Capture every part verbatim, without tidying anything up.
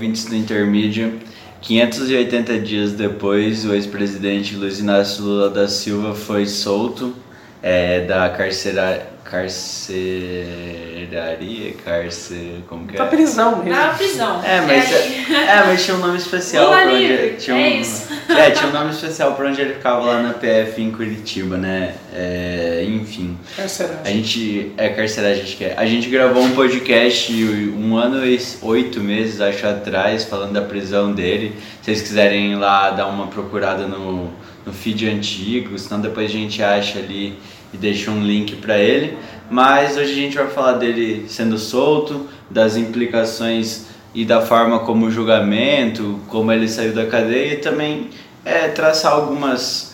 ouvintes do Intermídia. quinhentos e oitenta dias depois, o ex-presidente Luiz Inácio Lula da Silva foi solto é, da carcera... carceraria, carcer... como que é? Da prisão mesmo. Na prisão. É, mas, é, é, mas tinha um nome especial Lula pra onde livre, tinha um, é isso. É, tinha um nome especial pra onde ele ficava lá na P F em Curitiba, né? É, enfim. Carceragem. A gente... É, carceragem, acho que é. A gente gravou um podcast um ano e oito meses, acho, atrás, falando da prisão dele. Se vocês quiserem ir lá dar uma procurada no, no feed antigo, senão depois a gente acha ali e deixa um link pra ele. Mas hoje a gente vai falar dele sendo solto, das implicações e da forma como o julgamento, como ele saiu da cadeia, e também é, traçar algumas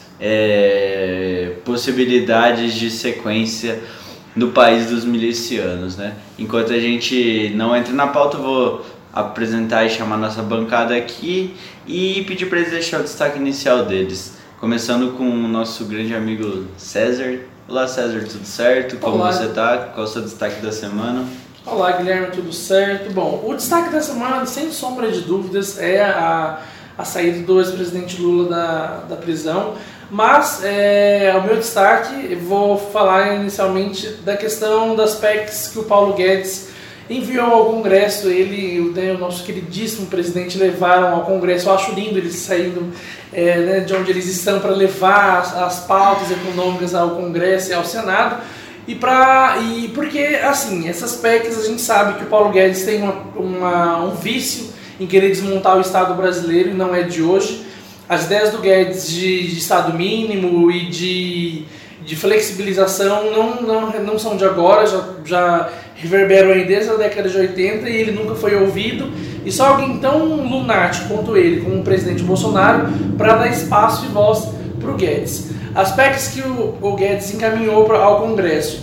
é, possibilidades de sequência no país dos milicianos, né? Enquanto a gente não entra na pauta, eu vou apresentar e chamar nossa bancada aqui e pedir para eles deixar o destaque inicial deles. Começando com o nosso grande amigo César. Olá César, tudo certo? Como Olá. você tá? Qual é o seu destaque da semana? Olá Guilherme, tudo certo? Bom, o destaque da semana, sem sombra de dúvidas, é a, a saída do ex-presidente Lula da, da prisão. Mas é, o meu destaque, eu vou falar inicialmente da questão das P E Cs que o Paulo Guedes enviou ao Congresso. Ele e o nosso queridíssimo presidente levaram ao Congresso. Eu acho lindo eles saindo é, né, de onde eles estão para levar as, as pautas econômicas ao Congresso e ao Senado. E, pra, e porque, assim, essas P E Cs a gente sabe que o Paulo Guedes tem uma, uma, um vício em querer desmontar o Estado brasileiro, e não é de hoje. As ideias do Guedes de, de Estado mínimo e de, de flexibilização não, não, não são de agora, já, já reverberam aí desde a década de oitenta e ele nunca foi ouvido. E só alguém tão lunático quanto ele, como o presidente Bolsonaro, para dar espaço e voz para o Guedes. As P E Cs que o, o Guedes encaminhou pra, ao Congresso,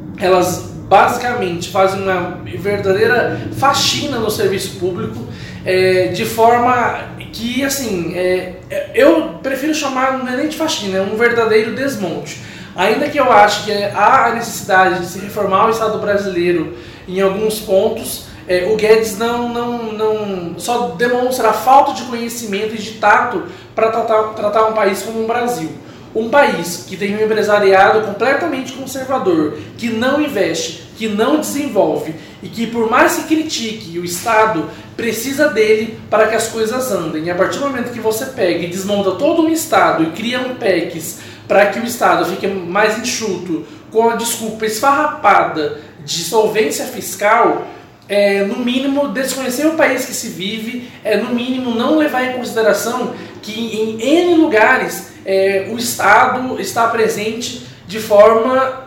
elas basicamente fazem uma verdadeira faxina no serviço público, é, de forma que, assim, é, eu prefiro chamar, não é nem de faxina, é um verdadeiro desmonte. Ainda que eu acho que há a necessidade de se reformar o Estado brasileiro em alguns pontos, é, o Guedes não, não, não só demonstra a falta de conhecimento e de tato para tratar, tratar um país como o Brasil. Um país que tem um empresariado completamente conservador, que não investe, que não desenvolve e que, por mais que critique o Estado, precisa dele para que as coisas andem. E a partir do momento que você pega e desmonta todo um Estado e cria um P E Cs para que o Estado fique mais enxuto, com a desculpa esfarrapada de solvência fiscal, é, no mínimo desconhecer o país que se vive, é, no mínimo não levar em consideração que em N lugares é, o Estado está presente de forma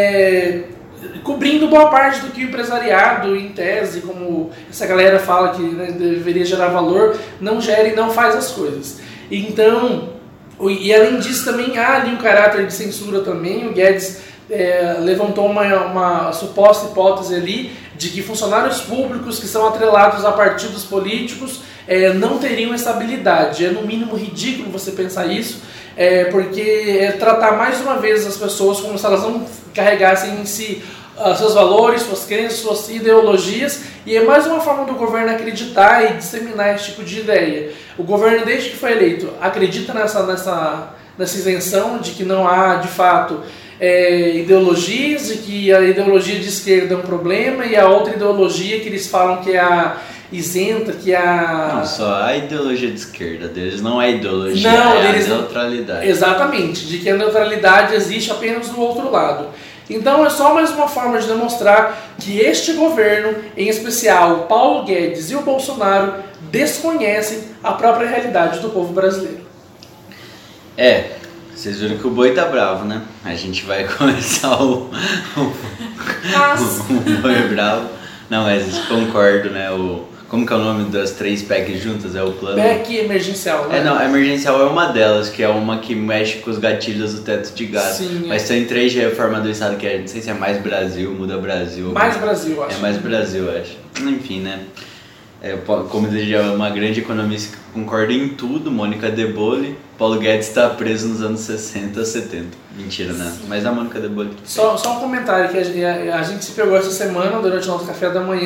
é, cobrindo boa parte do que o empresariado, em tese, como essa galera fala que, né, deveria gerar valor, não gera e não faz as coisas. Então, e além disso também há ali um caráter de censura também. O Guedes é, levantou uma, uma suposta hipótese ali de que funcionários públicos que são atrelados a partidos políticos é, não teriam estabilidade. É no mínimo ridículo você pensar isso, é, porque é tratar mais uma vez as pessoas como se elas não carregassem em si uh, seus valores, suas crenças, suas ideologias, e é mais uma forma do governo acreditar e disseminar esse tipo de ideia. O governo, desde que foi eleito, acredita nessa, nessa, nessa isenção de que não há, de fato, É, ideologias, de que a ideologia de esquerda é um problema e a outra ideologia que eles falam que é a isenta, que é a... Não, só a ideologia de esquerda deles, não é ideologia, não, é deles a neutralidade. Não... Exatamente, de que a neutralidade existe apenas do outro lado. Então é só mais uma forma de demonstrar que este governo, em especial o Paulo Guedes e o Bolsonaro, desconhecem a própria realidade do povo brasileiro. É... Vocês viram que o boi tá bravo, né? A gente vai começar o, o, o boi bravo. Não, mas concordo, né? O, como que é o nome das três P E Cs juntas? É o plano... P E C emergencial, né? É, não, a emergencial é uma delas, que é uma que mexe com os gatilhos do teto de gasto. Sim, mas é. Tem três de reforma do Estado, que é, não sei se é Mais Brasil, Muda Brasil. Mais Brasil, acho. É Mais Brasil, acho. Enfim, né? É, como diria uma grande economista que concorda em tudo, Mônica De Bolle, Paulo Guedes está preso nos anos sessenta, setenta. Mentira, né? Sim. Mas a Mônica De Bolle... Só, só um comentário, que a, a, a gente se pegou essa semana, durante o nosso café da manhã,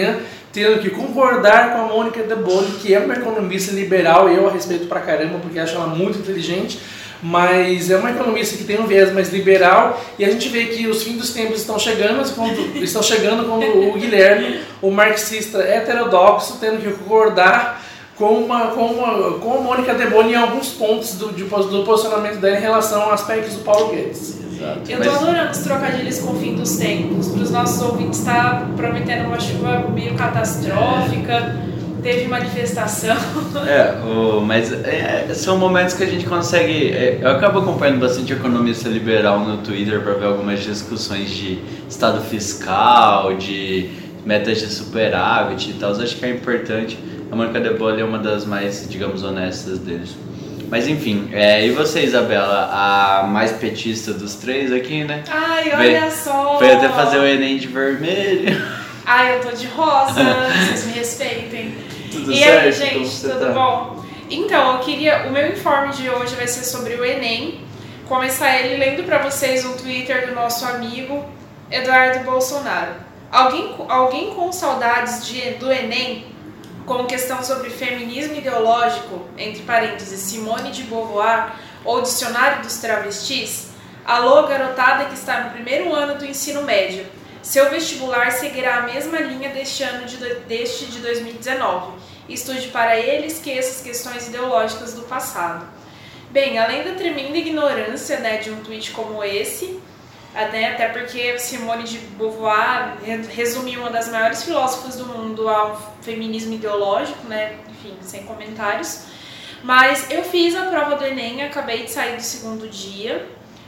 tendo que concordar com a Mônica De Bono, que é uma economista liberal, e eu a respeito pra caramba, porque acho ela muito inteligente, mas é uma economista que tem um viés mais liberal, e a gente vê que os fins dos tempos estão chegando quando, estão chegando quando o Guilherme, o marxista heterodoxo, tendo que concordar com, uma, com, uma, com a Mônica De Bono em alguns pontos do, de, do posicionamento dela em relação aos aspectos do Paulo Guedes. Exato. Eu tô adorando os trocadilhos com o fim dos tempos. Para os nossos ouvintes, está prometendo uma chuva meio catastrófica. Teve manifestação. É, o, mas é, são momentos que a gente consegue. É, eu acabo acompanhando bastante economista liberal no Twitter para ver algumas discussões de estado fiscal, de metas de superávit e tal. Acho que é importante. A Mônica De Bono é uma das mais, digamos, honestas deles. Mas enfim, é, e você, Isabela, a mais petista dos três aqui, né? Ai, olha Veio, só! Foi até fazer o Enem de vermelho. Ai, eu tô de rosa, vocês me respeitem. Tudo e certo? aí, gente, tudo tá? bom? Então, eu queria. O meu informe de hoje vai ser sobre o Enem. Começar ele lendo pra vocês um Twitter do nosso amigo Eduardo Bolsonaro. Alguém, alguém com saudades de, do Enem, com questão sobre feminismo ideológico, entre parênteses, Simone de Beauvoir ou Dicionário dos Travestis? Alô, garotada que está no primeiro ano do ensino médio. Seu vestibular seguirá a mesma linha deste ano de, deste de dois mil e dezenove. Estude para ele e esqueça as questões ideológicas do passado. Bem, além da tremenda ignorância, né, de um tweet como esse, até, até porque Simone de Beauvoir resumiu uma das maiores filósofas do mundo ao feminismo ideológico, né, enfim, sem comentários. Mas eu fiz a prova do Enem, acabei de sair do segundo dia.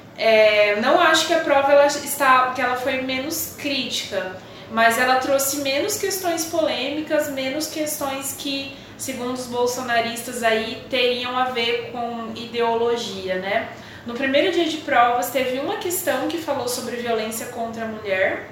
É, não acho que a prova ela está, que ela foi menos crítica, mas ela trouxe menos questões polêmicas, menos questões que, segundo os bolsonaristas aí, teriam a ver com ideologia, né? No primeiro dia de provas teve uma questão que falou sobre violência contra a mulher,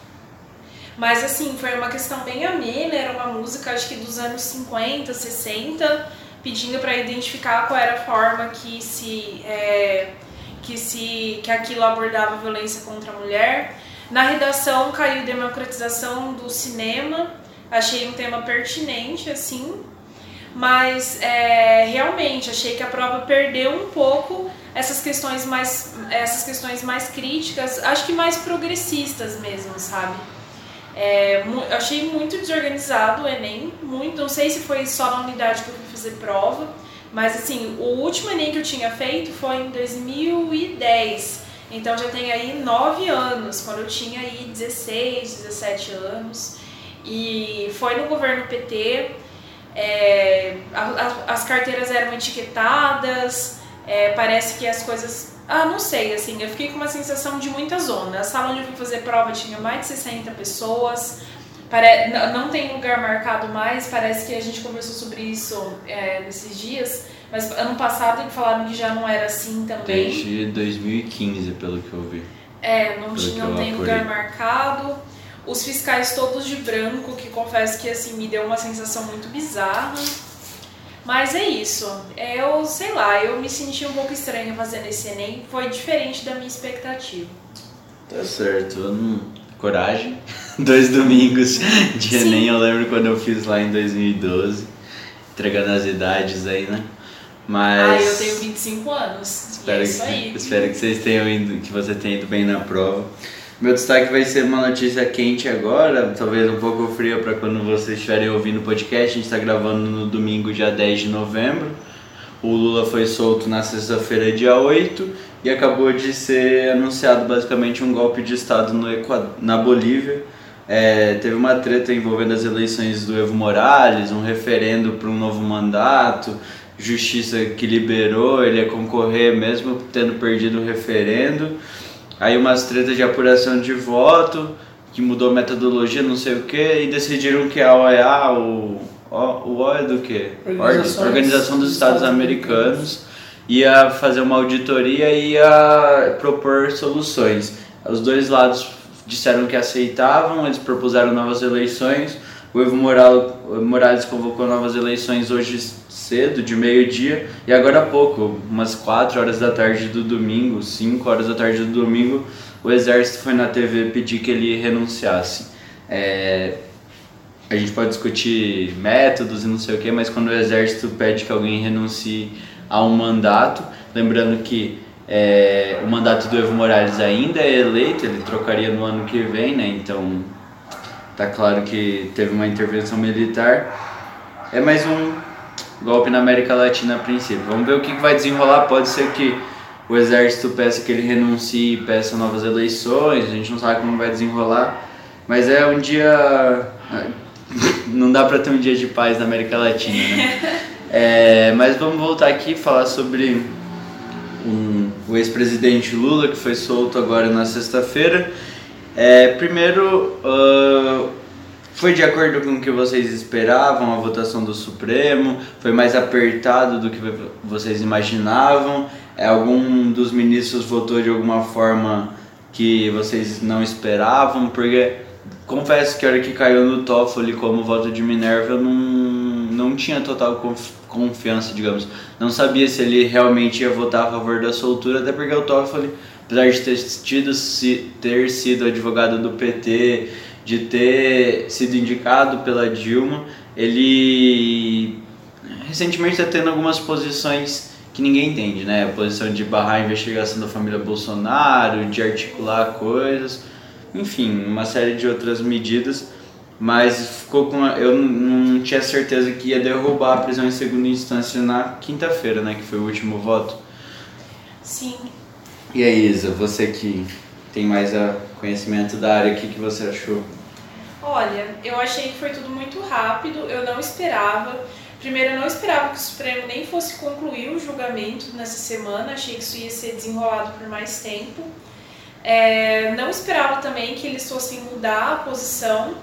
mas assim, foi uma questão bem amena, era uma música acho que dos anos cinquenta, sessenta, pedindo para identificar qual era a forma que se... É, que, se, que aquilo abordava a violência contra a mulher. Na redação caiu democratização do cinema, achei um tema pertinente, assim, mas é, realmente achei que a prova perdeu um pouco essas questões mais, essas questões mais críticas, acho que mais progressistas mesmo, sabe? É, achei muito desorganizado o Enem, muito, não sei se foi só na unidade que eu fui fazer prova, mas assim, o último Enem que eu tinha feito foi em dois mil e dez, então já tem aí nove anos, quando eu tinha aí dezesseis, dezessete anos, e foi no governo P T, é, a, a, as carteiras eram etiquetadas, é, parece que as coisas... Ah, não sei, assim, eu fiquei com uma sensação de muita zona. A sala onde eu fui fazer prova tinha mais de sessenta pessoas, Pare... não tem lugar marcado mais, parece que a gente conversou sobre isso é, nesses dias, mas ano passado falaram que já não era assim também. Desde dois mil e quinze, pelo que eu vi. É, não, tinha, não tem lugar marcado. Os fiscais todos de branco, que confesso que assim, me deu uma sensação muito bizarra. Mas é isso. Eu, sei lá, eu me senti um pouco estranha fazendo esse Enem, foi diferente da minha expectativa. Tá certo. Hum, coragem. Dois domingos de Sim. Enem, eu lembro quando eu fiz lá em dois mil e doze, entregando as idades aí, né? Mas... Ah, eu tenho vinte e cinco anos. Espero, é isso que, aí. espero que vocês tenham ido, que você tenha ido bem na prova. Meu destaque vai ser uma notícia quente agora, talvez um pouco fria para quando vocês estiverem ouvindo o podcast. A gente está gravando no domingo, dia dez de novembro. O Lula foi solto na sexta-feira, dia oito, e acabou de ser anunciado basicamente um golpe de Estado no Equador, na Bolívia. É, teve uma treta envolvendo as eleições do Evo Morales, um referendo para um novo mandato, justiça que liberou ele a concorrer mesmo tendo perdido o referendo. Aí umas tretas de apuração de voto, que mudou metodologia, não sei o que, e decidiram que a O E A, o, o O é do quê? Organização dos Estados Americanos, ia fazer uma auditoria e ia propor soluções. Os dois lados disseram que aceitavam, eles propuseram novas eleições. O Evo Morales convocou novas eleições hoje cedo, de meio-dia, e agora há pouco, umas quatro horas da tarde do domingo, cinco horas da tarde do domingo, o exército foi na T V pedir que ele renunciasse. É... a gente pode discutir métodos e não sei o que, mas quando o exército pede que alguém renuncie a um mandato, lembrando que é, o mandato do Evo Morales ainda é eleito, ele trocaria no ano que vem, né? Então tá claro que teve uma intervenção militar. É mais um golpe na América Latina a princípio. Vamos ver o que vai desenrolar. Pode ser que o exército peça que ele renuncie, peça novas eleições, a gente não sabe como vai desenrolar, mas é um dia... não dá pra ter um dia de paz na América Latina, né? É, mas vamos voltar aqui e falar sobre um, o ex-presidente Lula, que foi solto agora na sexta-feira. É, primeiro, uh, foi de acordo com o que vocês esperavam a votação do Supremo? Foi mais apertado do que vocês imaginavam? É, algum dos ministros votou de alguma forma que vocês não esperavam? Porque confesso que a hora que caiu no Toffoli como voto de Minerva, eu não, não tinha total conf, confiança, digamos. Não sabia se ele realmente ia votar a favor da soltura, até porque o Toffoli, apesar de ter, tido, ter sido advogado do P T, de ter sido indicado pela Dilma, ele recentemente está tendo algumas posições que ninguém entende, né? A posição de barrar a investigação da família Bolsonaro, de articular coisas, enfim, uma série de outras medidas, mas ficou com a, eu não tinha certeza que ia derrubar a prisão em segunda instância na quinta-feira, né? Que foi o último voto. Sim. E aí, Isa, você que tem mais a conhecimento da área, o que, que você achou? Olha, eu achei que foi tudo muito rápido, eu não esperava. Primeiro, eu não esperava que o Supremo nem fosse concluir o julgamento nessa semana, achei que isso ia ser desenrolado por mais tempo. É, não esperava também que eles fossem mudar a posição,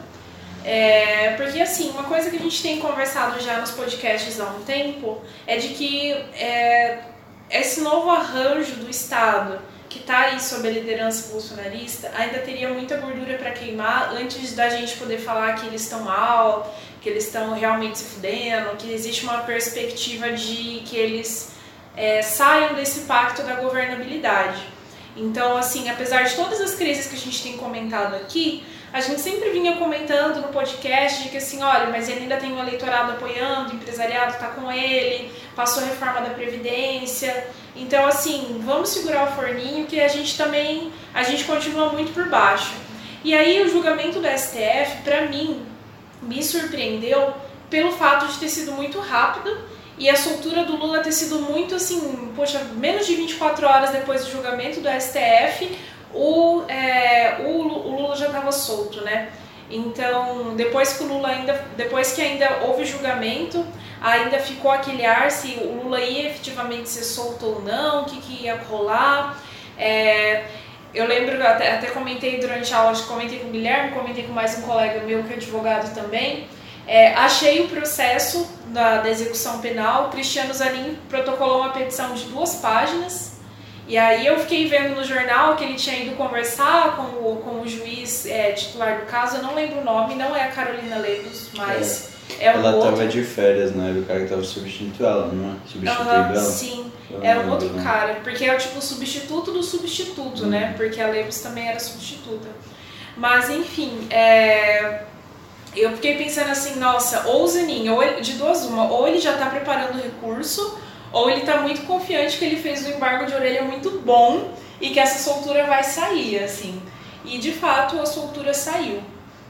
é, porque assim, uma coisa que a gente tem conversado já nos podcasts há um tempo é de que é, esse novo arranjo do Estado que está aí sob a liderança bolsonarista ainda teria muita gordura para queimar antes da gente poder falar que eles estão mal, que eles estão realmente se fudendo, que existe uma perspectiva de que eles é, saiam desse pacto da governabilidade. Então, assim, apesar de todas as crises que a gente tem comentado aqui, a gente sempre vinha comentando no podcast de que assim, olha, mas ele ainda tem um eleitorado apoiando, o empresariado está com ele, passou a reforma da Previdência. Então, assim, vamos segurar o forninho que a gente também, a gente continua muito por baixo. E aí o julgamento do S T F, para mim, me surpreendeu pelo fato de ter sido muito rápido e a soltura do Lula ter sido muito assim, poxa, menos de vinte e quatro horas depois do julgamento do S T F, o, é, o, o Lula já estava solto, né? Então, depois que o Lula ainda, depois que ainda houve julgamento, ainda ficou aquele ar se o Lula ia efetivamente ser solto ou não, o que, que ia rolar. É, eu lembro, até, até comentei durante a aula, comentei com o Guilherme, comentei com mais um colega meu que é advogado também. É, achei o processo da, da execução penal, o Cristiano Zanin protocolou uma petição de duas páginas, e aí eu fiquei vendo no jornal que ele tinha ido conversar com o, com o juiz é, titular do caso, eu não lembro o nome, não é a Carolina Lebos, mas é, é um ela outro. Ela tava de férias, né? O cara que tava substituindo ela, não é? Substituindo uhum, ela? Sim, eu era um lembro, outro não. cara, porque é o tipo substituto do substituto, hum. né? Porque a Lebos também era substituta. Mas enfim, é... eu fiquei pensando assim, nossa, ou o Zanin, ou ele, de duas uma, ou ele já tá preparando o recurso, ou ele tá muito confiante que ele fez um embargo de orelha muito bom e que essa soltura vai sair, assim. E de fato a soltura saiu.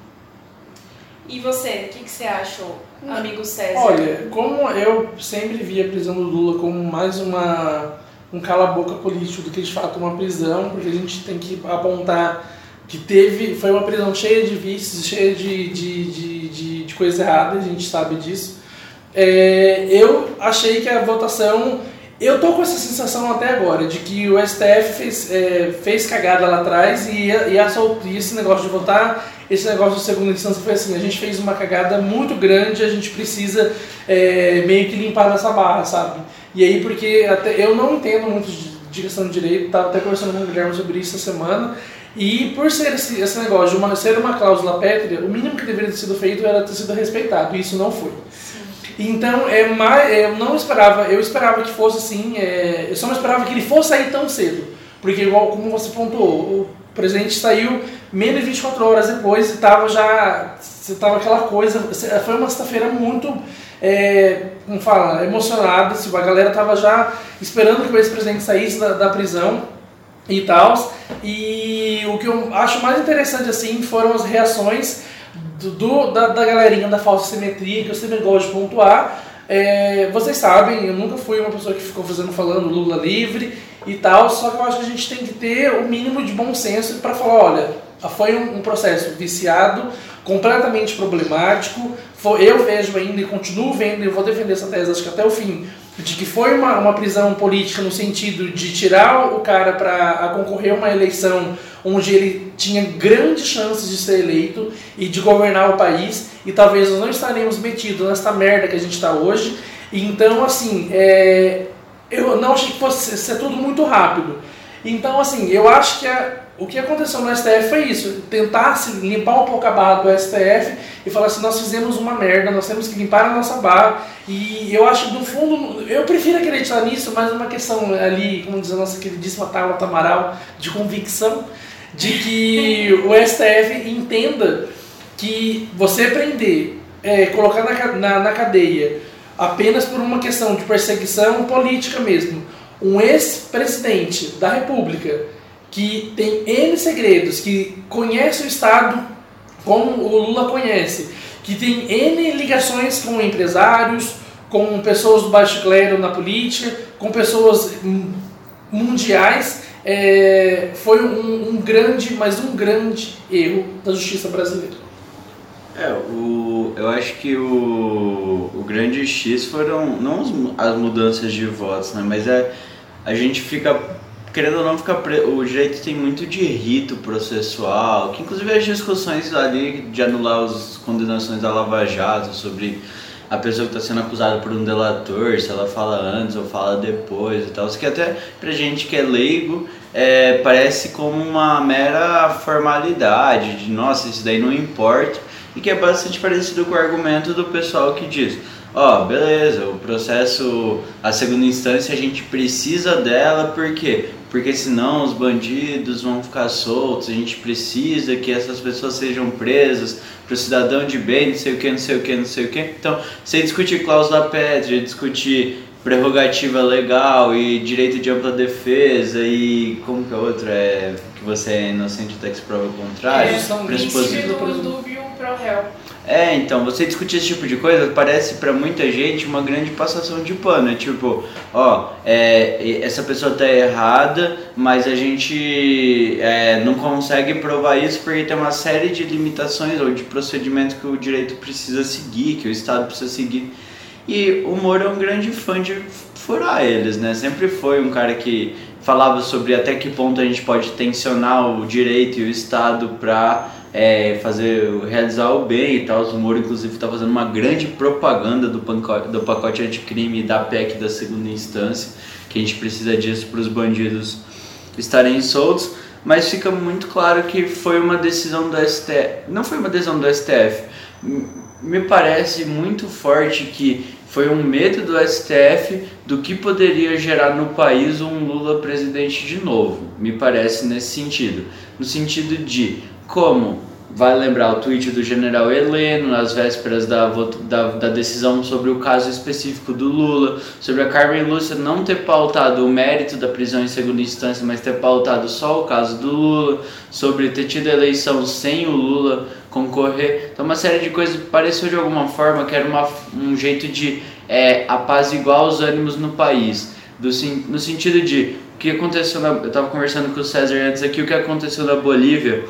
E você, o que, que você achou, amigo César? Olha, como eu sempre vi a prisão do Lula como mais uma, um cala-boca político do que de fato uma prisão, porque a gente tem que apontar que teve, foi uma prisão cheia de vícios, cheia de, de, de, de, de coisa errada, a gente sabe disso. É, eu achei que a votação, eu tô com essa sensação até agora, de que o S T F fez, é, fez cagada lá atrás e, e, a, e esse negócio de votar, esse negócio de segunda instância foi assim, a gente fez uma cagada muito grande, a gente precisa é, meio que limpar essa barra, sabe? E aí, porque até, eu não entendo muito de, de questão de direito, tava até conversando com o Guilherme sobre isso essa semana, e por ser esse, esse negócio de uma, ser uma cláusula pétrea, o mínimo que deveria ter sido feito era ter sido respeitado, e isso não foi. Então, é mais, eu não esperava, eu esperava que fosse assim, é, eu só não esperava que ele fosse sair tão cedo, porque igual como você pontuou, presidente saiu menos de vinte e quatro horas depois e tava já, tava aquela coisa, foi uma sexta-feira muito, é, como fala, emocionada, assim, a galera tava já esperando que o ex-presidente saísse da, da prisão e tal, e o que eu acho mais interessante assim foram as reações do, do, da, da galerinha da falsa simetria, que eu sempre gosto de pontuar. É, vocês sabem, eu nunca fui uma pessoa que ficou fazendo, falando Lula livre e tal, só que eu acho que a gente tem que ter o mínimo de bom senso para falar, olha, foi um, um processo viciado, completamente problemático, foi, eu vejo ainda e continuo vendo, e vou defender essa tese acho que até o fim, de que foi uma, uma prisão política no sentido de tirar o cara para concorrer a uma eleição onde ele tinha grandes chances de ser eleito e de governar o país, e talvez nós não estaremos metidos nessa merda que a gente está hoje. Então, assim, é, eu não achei que fosse ser tudo muito rápido. Então, assim, eu acho que a, o que aconteceu no S T F foi isso, tentar se limpar um pouco a barra do S T F e falar assim, nós fizemos uma merda, nós temos que limpar a nossa barra, e eu acho que no fundo, eu prefiro acreditar nisso, mas uma questão ali, como diz a nossa queridíssima Tabata Amaral, de convicção, de que o S T F entenda que você prender, é, colocar na, na, na cadeia, apenas por uma questão de perseguição política mesmo, um ex-presidente da República que tem N segredos, que conhece o Estado como o Lula conhece, que tem N ligações com empresários, com pessoas do baixo clero na política, com pessoas mundiais, é, foi um, um grande, mas um grande erro da justiça brasileira. É, o, eu acho que o, o grande X foram não as mudanças de votos, né, mas é, a gente fica, querendo ou não, fica pre... o direito tem muito de rito processual, que inclusive as discussões ali de anular as condenações da Lava Jato sobre a pessoa que está sendo acusada por um delator, se ela fala antes ou fala depois e tal, isso que até pra gente que é leigo é, parece como uma mera formalidade, de nossa, isso daí não importa, e que é bastante parecido com o argumento do pessoal que diz, ó, oh, beleza, o processo, a segunda instância a gente precisa dela, por quê? Porque senão os bandidos vão ficar soltos, a gente precisa que essas pessoas sejam presas para o cidadão de bem, não sei o que, não sei o que, não sei o que. Então, sem discutir cláusula pétrea, discutir prerrogativa legal e direito de ampla defesa e como que a outra é que você é inocente até que se prova o contrário, é, princípio do dúbio pro réu. É, então, você discutir esse tipo de coisa parece pra muita gente uma grande passação de pano. É tipo, ó, é, essa pessoa tá errada, mas a gente é, não consegue provar isso porque tem uma série de limitações ou de procedimentos que o direito precisa seguir, que o Estado precisa seguir. E o Moro é um grande fã de furar eles, né? Sempre foi um cara que falava sobre até que ponto a gente pode tensionar o direito e o Estado pra É, fazer, realizar o bem e tal. O Moro inclusive está fazendo uma grande propaganda do, pacote, do pacote anticrime e da P E C da segunda instância, que a gente precisa disso para os bandidos estarem soltos, mas fica muito claro que foi uma decisão do S T F, não foi uma decisão do S T F, me parece muito forte que foi um medo do S T F do que poderia gerar no país um Lula presidente de novo, me parece nesse sentido, no sentido de como, vai lembrar o tweet do general Heleno nas vésperas da, da, da decisão sobre o caso específico do Lula, sobre a Carmen Lúcia não ter pautado o mérito da prisão em segunda instância, mas ter pautado só o caso do Lula, sobre ter tido a eleição sem o Lula concorrer. Então uma série de coisas pareceu de alguma forma que era uma, um jeito de é, apaziguar os ânimos no país, do, no sentido de o que aconteceu na, eu estava conversando com o César antes aqui, o que aconteceu na Bolívia,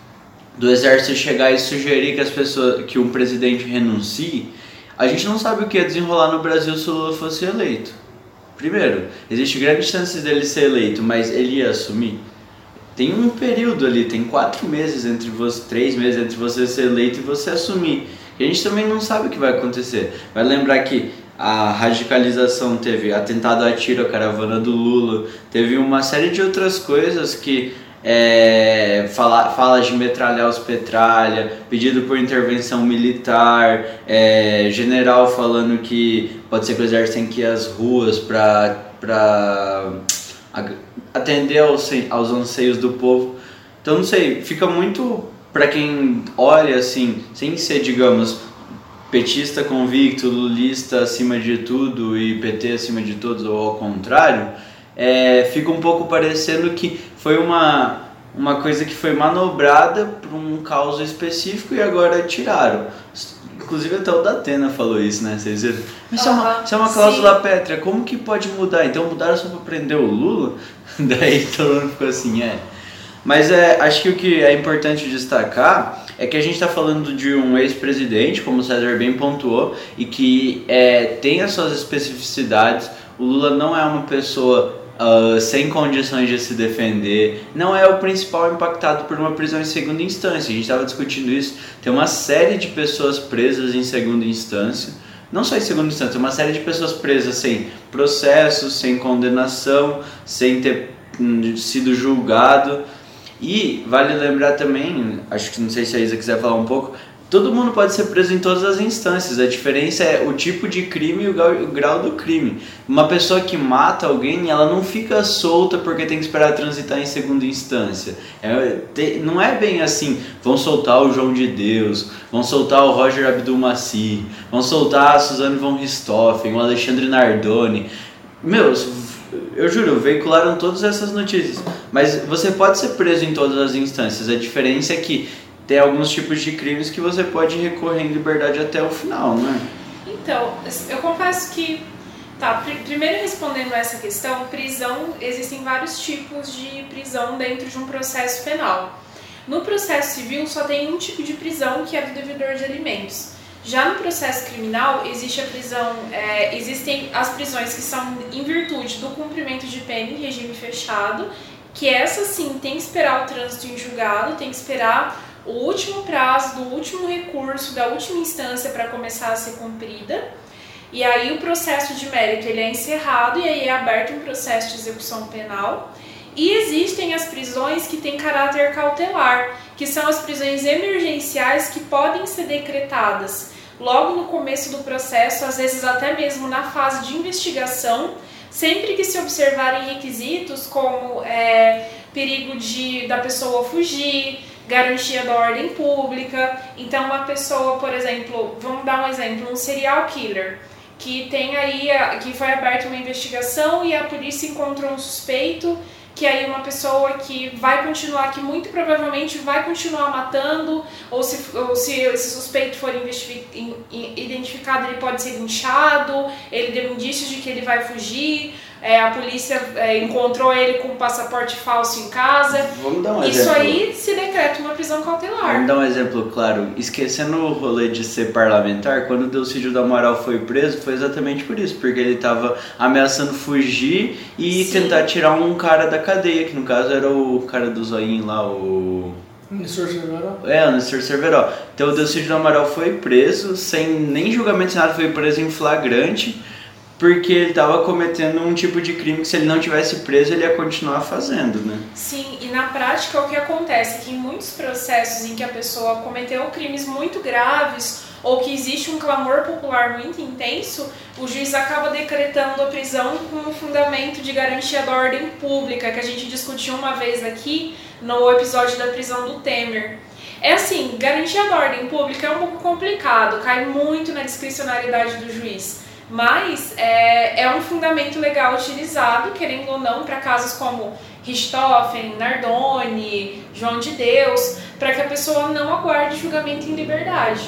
do exército chegar e sugerir que as pessoas, que um presidente renuncie, a gente não sabe o que ia desenrolar no Brasil se o Lula fosse eleito. Primeiro, existe grandes chances dele ser eleito, mas ele ia assumir. Tem um período ali, tem quatro meses entre você, três meses entre você ser eleito e você assumir. E a gente também não sabe o que vai acontecer. Vai lembrar que a radicalização teve atentado a tiro à caravana do Lula, teve uma série de outras coisas que É, fala, fala de metralhar os Petralha, pedido por intervenção militar, é, general falando que pode ser que o exército tem que ir às ruas para atender aos, aos anseios do povo. Então, não sei, fica muito para quem olha assim, sem ser, digamos, petista convicto, lulista acima de tudo e P T acima de todos, ou ao contrário, é, fica um pouco parecendo que foi uma, uma coisa que foi manobrada por um caso específico e agora tiraram. Inclusive até o Datena falou isso, né? Vocês viram? Isso, uhum, é uma, isso é uma cláusula sim. pétrea, como que pode mudar? Então mudaram só para prender o Lula? Daí todo mundo ficou assim, é. Mas é, acho que o que é importante destacar é que a gente está falando de um ex-presidente, como o César bem pontuou, e que é, tem as suas especificidades. O Lula não é uma pessoa uh, sem condições de se defender, não é o principal impactado por uma prisão em segunda instância. A gente estava discutindo isso. Tem uma série de pessoas presas em segunda instância, não só em segunda instância, uma série de pessoas presas sem processo, sem condenação, sem ter hum, sido julgado. E vale lembrar também, acho que não sei se a Isa quiser falar um pouco, todo mundo pode ser preso em todas as instâncias, a diferença é o tipo de crime e o grau, o grau do crime. Uma pessoa que mata alguém, ela não fica solta porque tem que esperar transitar em segunda instância. É, te, não é bem assim, vão soltar o João de Deus, vão soltar o Roger Abdulmaci, vão soltar a Suzane von Richthofen, o Alexandre Nardoni. Meus, eu juro, veicularam todas essas notícias, mas você pode ser preso em todas as instâncias, a diferença é que tem alguns tipos de crimes que você pode recorrer em liberdade até o final, né? Então, eu confesso que, tá, pr- primeiro respondendo essa questão, prisão, existem vários tipos de prisão dentro de um processo penal. No processo civil só tem um tipo de prisão, que é do devedor de alimentos. Já no processo criminal, existe a prisão, é, existem as prisões que são em virtude do cumprimento de pena em regime fechado, que essa sim tem que esperar o trânsito em julgado, tem que esperar o último prazo do último recurso, da última instância para começar a ser cumprida. E aí o processo de mérito ele é encerrado e aí é aberto um processo de execução penal. E existem as prisões que têm caráter cautelar, que são as prisões emergenciais que podem ser decretadas logo no começo do processo, às vezes até mesmo na fase de investigação, sempre que se observarem requisitos como é, perigo de, da pessoa fugir, garantia da ordem pública. Então uma pessoa, por exemplo, vamos dar um exemplo, um serial killer, que tem aí, que foi aberta uma investigação e a polícia encontrou um suspeito, que aí uma pessoa que vai continuar, que muito provavelmente vai continuar matando, ou se, ou se esse suspeito for identificado, ele pode ser linchado, ele deu indícios de que ele vai fugir, é, a polícia é, encontrou ele com um passaporte falso em casa. Vamos dar um Isso exemplo. aí se decreta uma prisão cautelar. Vamos dar um exemplo claro. Esquecendo o rolê de ser parlamentar, quando o Delcídio do Amaral foi preso, foi exatamente por isso, porque ele estava ameaçando fugir e Sim. tentar tirar um cara da cadeia, que no caso era o cara do zoinho lá, o... Nestor Cerveró. É, o Nestor Cerveró. Então o Delcídio do Amaral foi preso, sem nem julgamento de nada, foi preso em flagrante, porque ele estava cometendo um tipo de crime que se ele não tivesse preso, ele ia continuar fazendo, né? Sim, e na prática o que acontece é que em muitos processos em que a pessoa cometeu crimes muito graves ou que existe um clamor popular muito intenso, o juiz acaba decretando a prisão com o fundamento de garantia da ordem pública, que a gente discutiu uma vez aqui no episódio da prisão do Temer. É assim, garantia da ordem pública é um pouco complicado, cai muito na discricionariedade do juiz. Mas é, é um fundamento legal utilizado, querendo ou não, para casos como Richthofen, Nardoni, João de Deus, para que a pessoa não aguarde julgamento em liberdade.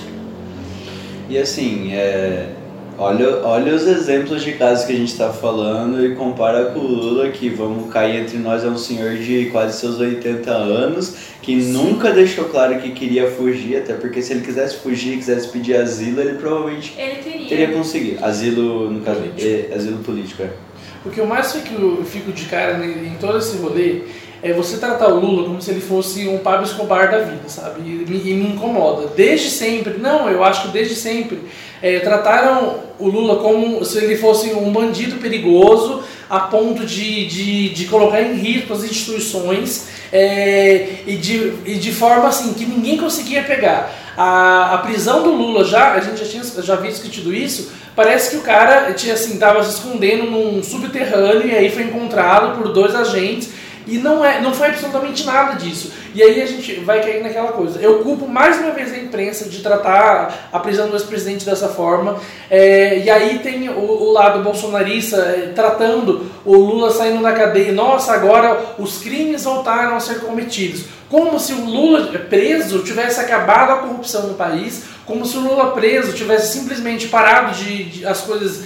E assim, é, olha, olha os exemplos de casos que a gente está falando e compara com o Lula, que, vamos cair entre nós, é um senhor de quase seus oitenta anos, que Sim. nunca deixou claro que queria fugir, até porque se ele quisesse fugir, quisesse pedir asilo, ele provavelmente ele teria, teria conseguido. Asilo, no caso, é, asilo político, é. O que eu mais fico, fico de cara em todo esse rolê é você tratar o Lula como se ele fosse um Pablo Escobar da vida, sabe? E, e me incomoda. Desde sempre, não, eu acho que desde sempre, é, trataram o Lula como se ele fosse um bandido perigoso a ponto de, de, de colocar em risco as instituições é, e, de, e de forma assim que ninguém conseguia pegar. A, a prisão do Lula, já, a gente já tinha já havia discutido isso, parece que o cara tinha, assim, estava se escondendo num subterrâneo e aí foi encontrado por dois agentes. E não, é, não foi absolutamente nada disso. E aí a gente vai cair naquela coisa. Eu culpo mais uma vez a imprensa de tratar a prisão do ex-presidente dessa forma. É, e aí tem o, o lado bolsonarista é, tratando o Lula saindo da cadeia. Nossa, agora os crimes voltaram a ser cometidos. Como se o Lula preso tivesse acabado a corrupção no país, como se o Lula preso tivesse simplesmente parado de, de as coisas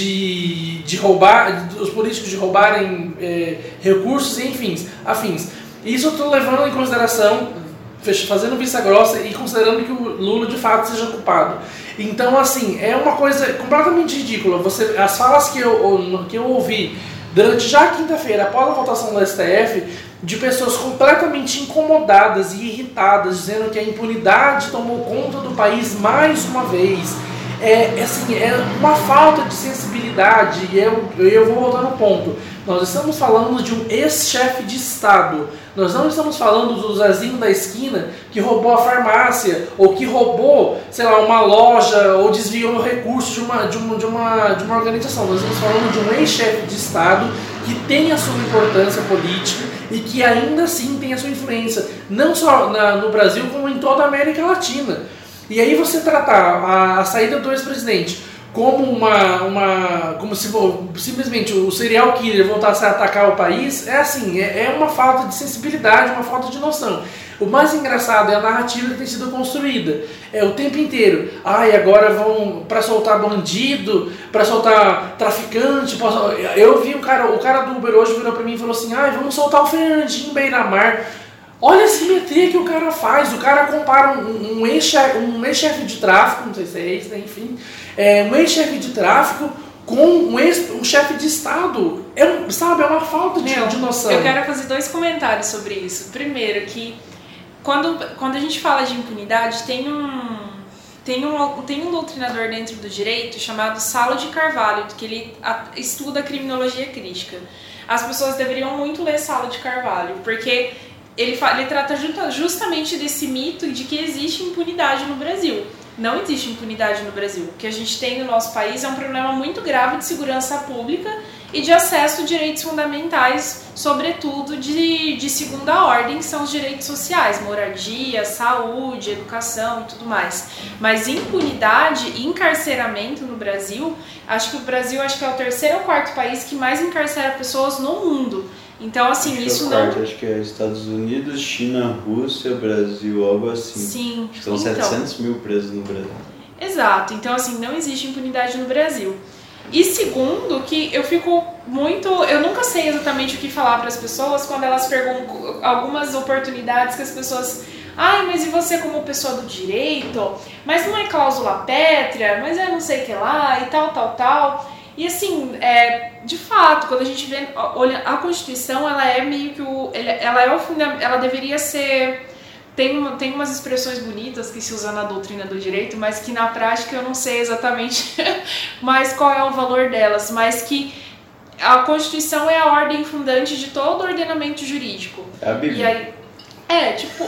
de, de roubar, de, os políticos de roubarem é, recursos e enfim, afins. Isso eu estou levando em consideração, fazendo vista grossa e considerando que o Lula de fato seja culpado. Então, assim, é uma coisa completamente ridícula. Você, as falas que eu, que eu ouvi durante já a quinta-feira, após a votação do S T F, de pessoas completamente incomodadas e irritadas, dizendo que a impunidade tomou conta do país mais uma vez. É, assim, é uma falta de sensibilidade, e eu, eu vou voltar no ponto. Nós estamos falando de um ex-chefe de Estado. Nós não estamos falando do Zezinho da esquina que roubou a farmácia, ou que roubou, sei lá, uma loja, ou desviou recursos de uma, de uma, de uma, de uma organização. Nós estamos falando de um ex-chefe de Estado que tem a sua importância política e que ainda assim tem a sua influência, não só na, no Brasil, como em toda a América Latina. E aí você tratar a, a saída do ex-presidente como uma, uma como se simplesmente o serial killer voltasse a atacar o país, é assim, é, é uma falta de sensibilidade, uma falta de noção. O mais engraçado é a narrativa que tem sido construída. É o tempo inteiro. Ai, agora vão para soltar bandido, para soltar traficante. Pra... Eu vi um cara, o cara do Uber hoje virou para mim e falou assim: ai, vamos soltar o Fernandinho Beiramar. Olha a simetria que o cara faz. O cara compara um, um ex-chefe um ex-chefe de tráfico, não sei se é ex, né? Enfim, é, um ex-chefe de tráfico com um, ex, um chefe de Estado. É, sabe, é uma falta de, Meu, de noção. Eu quero fazer dois comentários sobre isso. Primeiro, que quando, quando a gente fala de impunidade, tem um, tem, um, tem um doutrinador dentro do direito chamado Salo de Carvalho, que ele estuda a criminologia crítica. As pessoas deveriam muito ler Salo de Carvalho, porque Ele, ele trata justamente desse mito de que existe impunidade no Brasil. Não existe impunidade no Brasil. O que a gente tem no nosso país é um problema muito grave de segurança pública e de acesso a direitos fundamentais, sobretudo de, de segunda ordem, que são os direitos sociais, moradia, saúde, educação e tudo mais. Mas impunidade e encarceramento no Brasil, acho que o Brasil acho que é o terceiro ou quarto país que mais encarcera pessoas no mundo. Então, assim, acho isso que é não... quarto, acho que é Estados Unidos, China, Rússia, Brasil, algo assim. Sim. Acho que são então, setecentos mil presos no Brasil. Exato. Então, assim, não existe impunidade no Brasil. E segundo, que eu fico muito... Eu nunca sei exatamente o que falar para as pessoas quando elas perguntam algumas oportunidades que as pessoas... Ai, mas e você como pessoa do direito? Mas não é cláusula pétrea? Mas é não sei o que lá e tal, tal, tal... E assim, é, de fato, quando a gente vê, olha, a Constituição, ela é meio que o, ela é o ela deveria ser, tem, uma, tem umas expressões bonitas que se usam na doutrina do direito, mas que na prática eu não sei exatamente mais qual é o valor delas, mas que a Constituição é a ordem fundante de todo o ordenamento jurídico. É a Bíblia. E aí, É, tipo,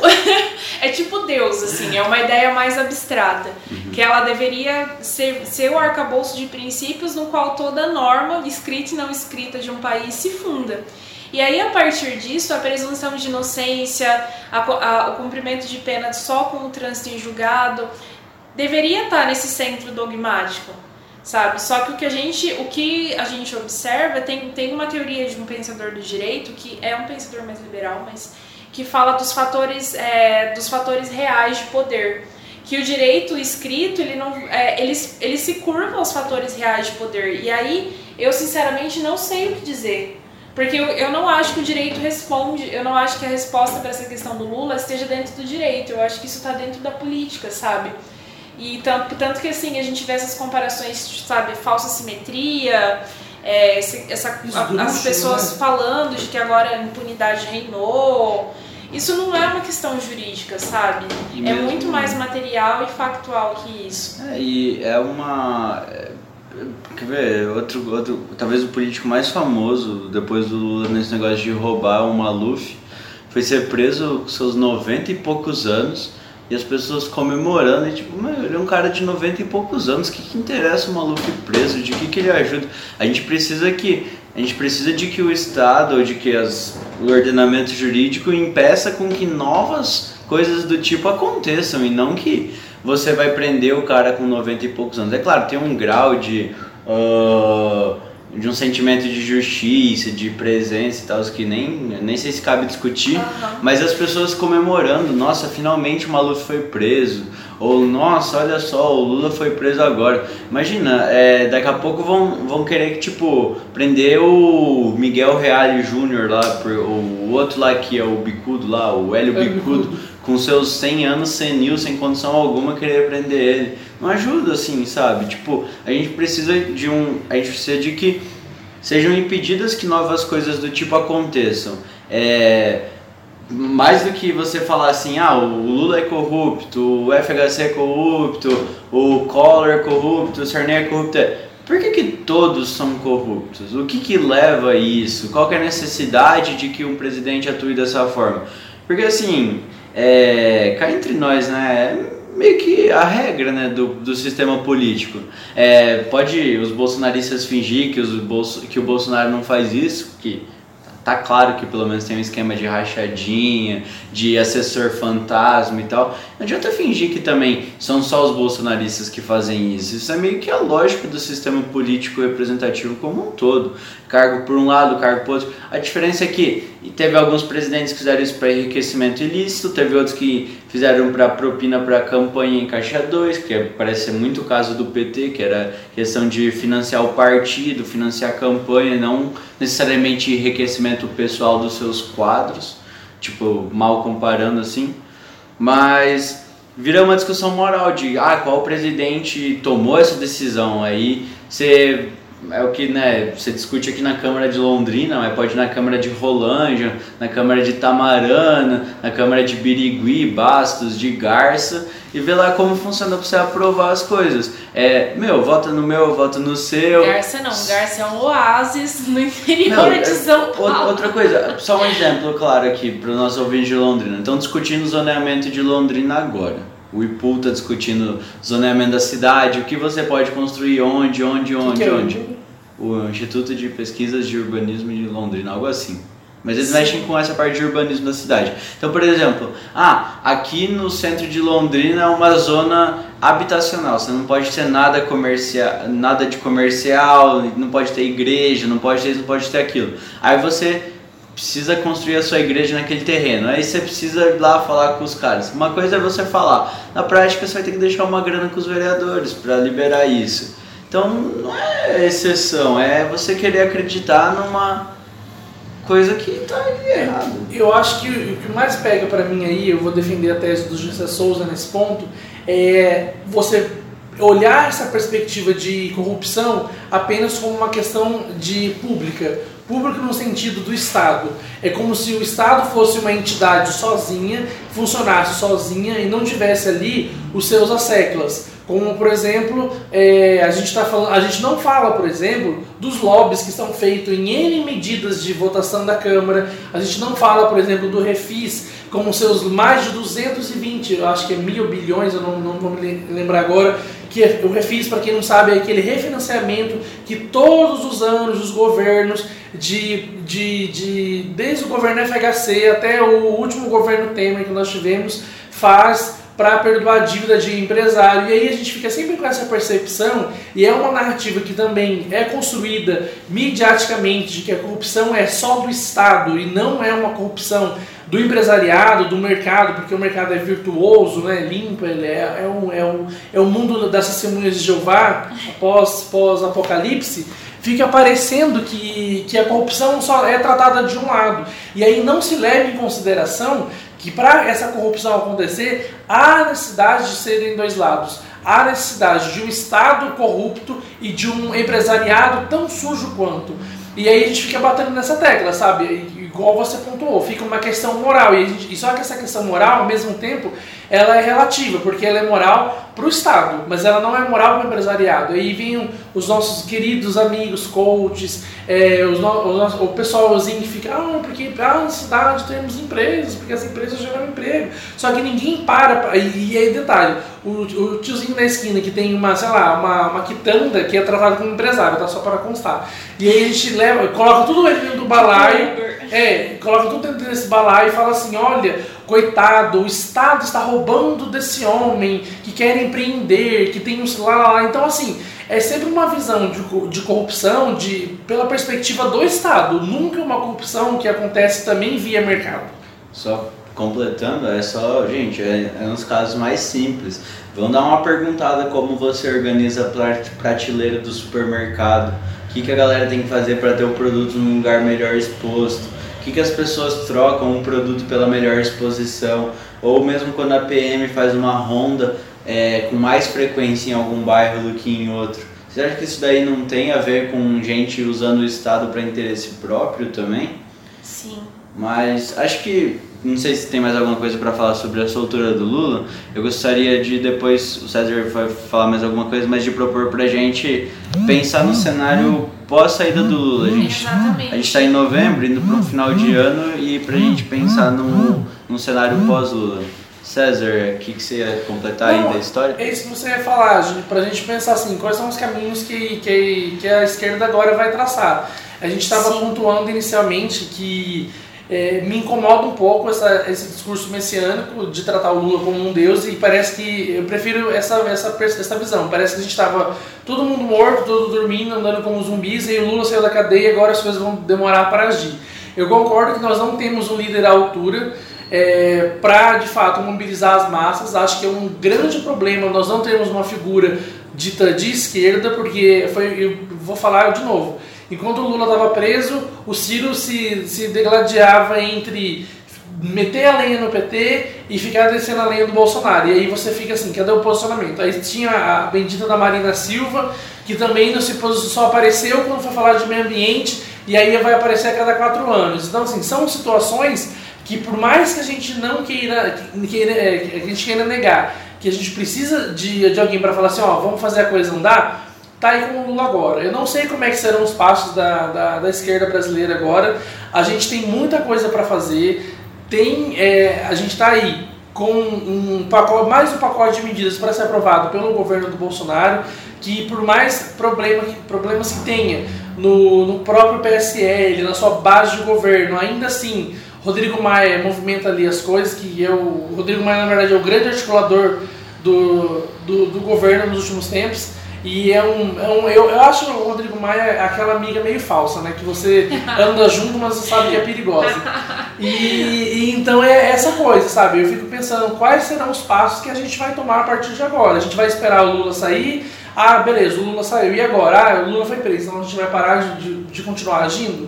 é tipo Deus, assim, é uma ideia mais abstrata, uhum. que ela deveria ser, ser o arcabouço de princípios no qual toda norma, escrita e não escrita de um país se funda. E aí, a partir disso, a presunção de inocência, a, a, o cumprimento de pena só com o trânsito em julgado, deveria estar nesse centro dogmático, sabe? Só que o que a gente, o que a gente observa, tem, tem uma teoria de um pensador do direito, que é um pensador mais liberal, mas... que fala dos fatores, é, dos fatores reais de poder. Que o direito escrito, ele, não, é, ele, ele se curva aos fatores reais de poder. E aí, eu sinceramente não sei o que dizer. Porque eu, eu não acho que o direito responde, eu não acho que a resposta para essa questão do Lula esteja dentro do direito. Eu acho que isso está dentro da política, sabe? E tanto, tanto que assim, a gente vê essas comparações, sabe, falsa simetria... É, esse, essa, a, as pessoas né? falando de que agora a impunidade reinou. Isso não é uma questão jurídica, sabe? E é mesmo, muito mais material e factual que isso. É, e é uma... É, quer ver, outro, outro, talvez o político mais famoso depois do Lula nesse negócio de roubar o Maluf foi ser preso com seus noventa e poucos anos e as pessoas comemorando, e tipo, meu, ele é um cara de noventa e poucos anos, o que, que interessa o maluco ir preso, de que, que ele ajuda? A gente precisa que, a gente precisa de que o Estado, ou de que as, o ordenamento jurídico impeça com que novas coisas do tipo aconteçam, e não que você vai prender o cara com noventa e poucos anos. É claro, tem um grau de... Uh, de um sentimento de justiça, de presença e tal, que nem, nem sei se cabe discutir, uhum. Mas as pessoas comemorando, nossa, finalmente o Maluf foi preso, ou nossa, olha só, o Lula foi preso agora. Imagina, é, daqui a pouco vão, vão querer, tipo, prender o Miguel Reale Júnior lá, por, o outro lá que é o Bicudo lá, o Hélio é Bicudo, Bicudo, com seus cem anos senil, sem condição alguma, querer prender ele. Não ajuda, assim, sabe? Tipo, a gente precisa de um... A gente precisa de que sejam impedidas que novas coisas do tipo aconteçam. É... Mais do que você falar assim, ah, o Lula é corrupto, o F H C é corrupto, o Collor é corrupto, o Sarney é corrupto. Por que que todos são corruptos? O que que leva a isso? Qual que é a necessidade de que um presidente atue dessa forma? Porque assim, é... cá entre nós, né... meio que a regra, né, do, do sistema político. É, pode os bolsonaristas fingir que, os Bolso, que o Bolsonaro não faz isso, que tá claro que pelo menos tem um esquema de rachadinha, de assessor fantasma e tal. Não adianta fingir que também são só os bolsonaristas que fazem isso. Isso é meio que a lógica do sistema político representativo como um todo. Cargo por um lado, cargo por outro. A diferença é que teve alguns presidentes que fizeram isso para enriquecimento ilícito, teve outros que fizeram para propina para campanha em caixa dois, que parece ser muito o caso do P T, que era questão de financiar o partido, financiar a campanha, não necessariamente enriquecimento pessoal dos seus quadros, tipo, mal comparando assim. Mas vira uma discussão moral de, ah, qual presidente tomou essa decisão, aí você... É o que, né, você discute aqui na Câmara de Londrina, mas pode ir na Câmara de Rolândia, na Câmara de Tamarana, na Câmara de Birigui, Bastos, de Garça, e ver lá como funciona para você aprovar as coisas. É, meu, vota no meu, vota no seu. Garça não, Garça é um oásis no interior não, de São Paulo. Outra coisa, só um exemplo claro aqui para os nossos ouvintes de Londrina. Estão discutindo o zoneamento de Londrina agora. O I P U está discutindo zoneamento da cidade, o que você pode construir, onde, onde, onde, que onde. Que é? O Instituto de Pesquisas de Urbanismo de Londrina, algo assim. Mas eles Sim. mexem com essa parte de urbanismo da cidade. Então, por exemplo, ah, aqui no centro de Londrina é uma zona habitacional. Você não pode ter nada comercial, nada de comercial, não pode ter igreja, não pode ter isso, não pode ter aquilo. Aí você precisa construir a sua igreja naquele terreno. Aí você precisa ir lá falar com os caras. Uma coisa é você falar. Na prática, você vai ter que deixar uma grana com os vereadores para liberar isso. Então, não é exceção. É você querer acreditar numa coisa que está errada. Eu acho que o que mais pega para mim aí, eu vou defender a tese do José Souza nesse ponto, é você olhar essa perspectiva de corrupção apenas como uma questão de pública. Público no sentido do Estado. É como se o Estado fosse uma entidade sozinha, funcionasse sozinha e não tivesse ali os seus asseclas. Como, por exemplo, é, a, gente tá falando, a gente não fala, por exemplo, dos lobbies que são feitos em N medidas de votação da Câmara. A gente não fala, por exemplo, do Refis, com seus mais de duzentos e vinte, eu acho que é mil bilhões, eu não, não vou me lembrar agora, que o Refis, para quem não sabe, é aquele refinanciamento que todos os anos os governos, de, de, de, desde o governo F H C até o último governo Temer que nós tivemos, faz para perdoar a dívida de empresário. E aí a gente fica sempre com essa percepção, e é uma narrativa que também é construída mediaticamente, de que a corrupção é só do Estado e não é uma corrupção do empresariado, do mercado, porque o mercado é virtuoso, né, limpo, ele é, é, um, é, um, é um mundo das testemunhas de Jeová, após, após Apocalipse. Fica parecendo que, que a corrupção só é tratada de um lado. E aí não se leva em consideração que para essa corrupção acontecer, há necessidade de serem dois lados. Há necessidade de um Estado corrupto e de um empresariado tão sujo quanto. E aí a gente fica batendo nessa tecla, sabe? Igual você pontuou, fica uma questão moral. E, a gente, e só que essa questão moral, ao mesmo tempo, ela é relativa, porque ela é moral para o Estado, mas ela não é moral para o empresariado. Aí vêm os nossos queridos amigos, coaches, é, os no, o, nosso, o pessoalzinho que fica, ah, porque ah, na cidade temos empresas, porque as empresas geram emprego. Só que ninguém para, e, e aí detalhe, o, o tiozinho na esquina que tem uma, sei lá, uma, uma quitanda que é tratado como empresário, tá? Só para constar. E aí a gente leva, coloca tudo dentro do balaio, é, coloca tudo dentro desse balaio e fala assim, olha, coitado, o Estado está roubando desse homem que quer empreender, que tem um lá, lá, lá. Então, assim, é sempre uma visão de, de corrupção de, pela perspectiva do Estado, nunca uma corrupção que acontece também via mercado. Só completando, é só, gente, é, é uns casos mais simples. Vamos dar uma perguntada como você organiza a prateleira do supermercado, o que, que a galera tem que fazer para ter o produto num lugar melhor exposto, o que, que as pessoas trocam um produto pela melhor exposição, ou mesmo quando a P M faz uma ronda é, com mais frequência em algum bairro do que em outro. Você acha que isso daí não tem a ver com gente usando o Estado para interesse próprio também? Sim. Mas acho que, não sei se tem mais alguma coisa para falar sobre a soltura do Lula. Eu gostaria de depois, o César vai falar mais alguma coisa, mas de propor pra gente pensar no cenário pós saída do Lula. A gente, Exatamente. a gente tá em novembro, indo para um final de ano, e pra gente pensar num, num cenário pós-Lula. César, o que, que você ia completar Não, aí da história? É isso que você ia falar, gente, pra gente pensar assim, quais são os caminhos que, que, que a esquerda agora vai traçar. A gente estava pontuando inicialmente que É, me incomoda um pouco essa, esse discurso messiânico de tratar o Lula como um deus, e parece que eu prefiro essa, essa, essa visão. Parece que a gente estava todo mundo morto, todo dormindo, andando como zumbis, e o Lula saiu da cadeia e agora as coisas vão demorar para agir. Eu concordo que nós não temos um líder à altura é, para, de fato, mobilizar as massas. Acho que é um grande problema nós não termos uma figura dita de esquerda, porque foi, eu vou falar de novo. Enquanto o Lula estava preso, o Ciro se, se degladiava entre meter a lenha no P T e ficar descendo a lenha do Bolsonaro. E aí você fica assim, cadê o posicionamento? Aí tinha a bendita da Marina Silva, que também não se só apareceu quando foi falar de meio ambiente, e aí vai aparecer a cada quatro anos. Então, assim, são situações que, por mais que a gente não queira, queira que a gente queira negar, que a gente precisa de, de alguém para falar assim, ó, vamos fazer a coisa andar, tá aí com o Lula agora. Eu não sei como é que serão os passos da, da, da esquerda brasileira agora. A gente tem muita coisa para fazer. Tem, é, a gente está aí com um pacote, mais um pacote de medidas para ser aprovado pelo governo do Bolsonaro, que por mais problema, problemas que tenha no, no próprio P S L, na sua base de governo, ainda assim, Rodrigo Maia movimenta ali as coisas, que eu, o Rodrigo Maia, na verdade, é o grande articulador do, do, do governo nos últimos tempos. E é um, é um eu, eu acho o Rodrigo Maia aquela amiga meio falsa, né? Que você anda junto, mas você sabe que é perigosa. E, e então é essa coisa, sabe? Eu fico pensando quais serão os passos que a gente vai tomar a partir de agora. A gente vai esperar o Lula sair. Ah, beleza, o Lula saiu. E agora? Ah, o Lula foi preso. Então a gente vai parar de, de, de continuar agindo?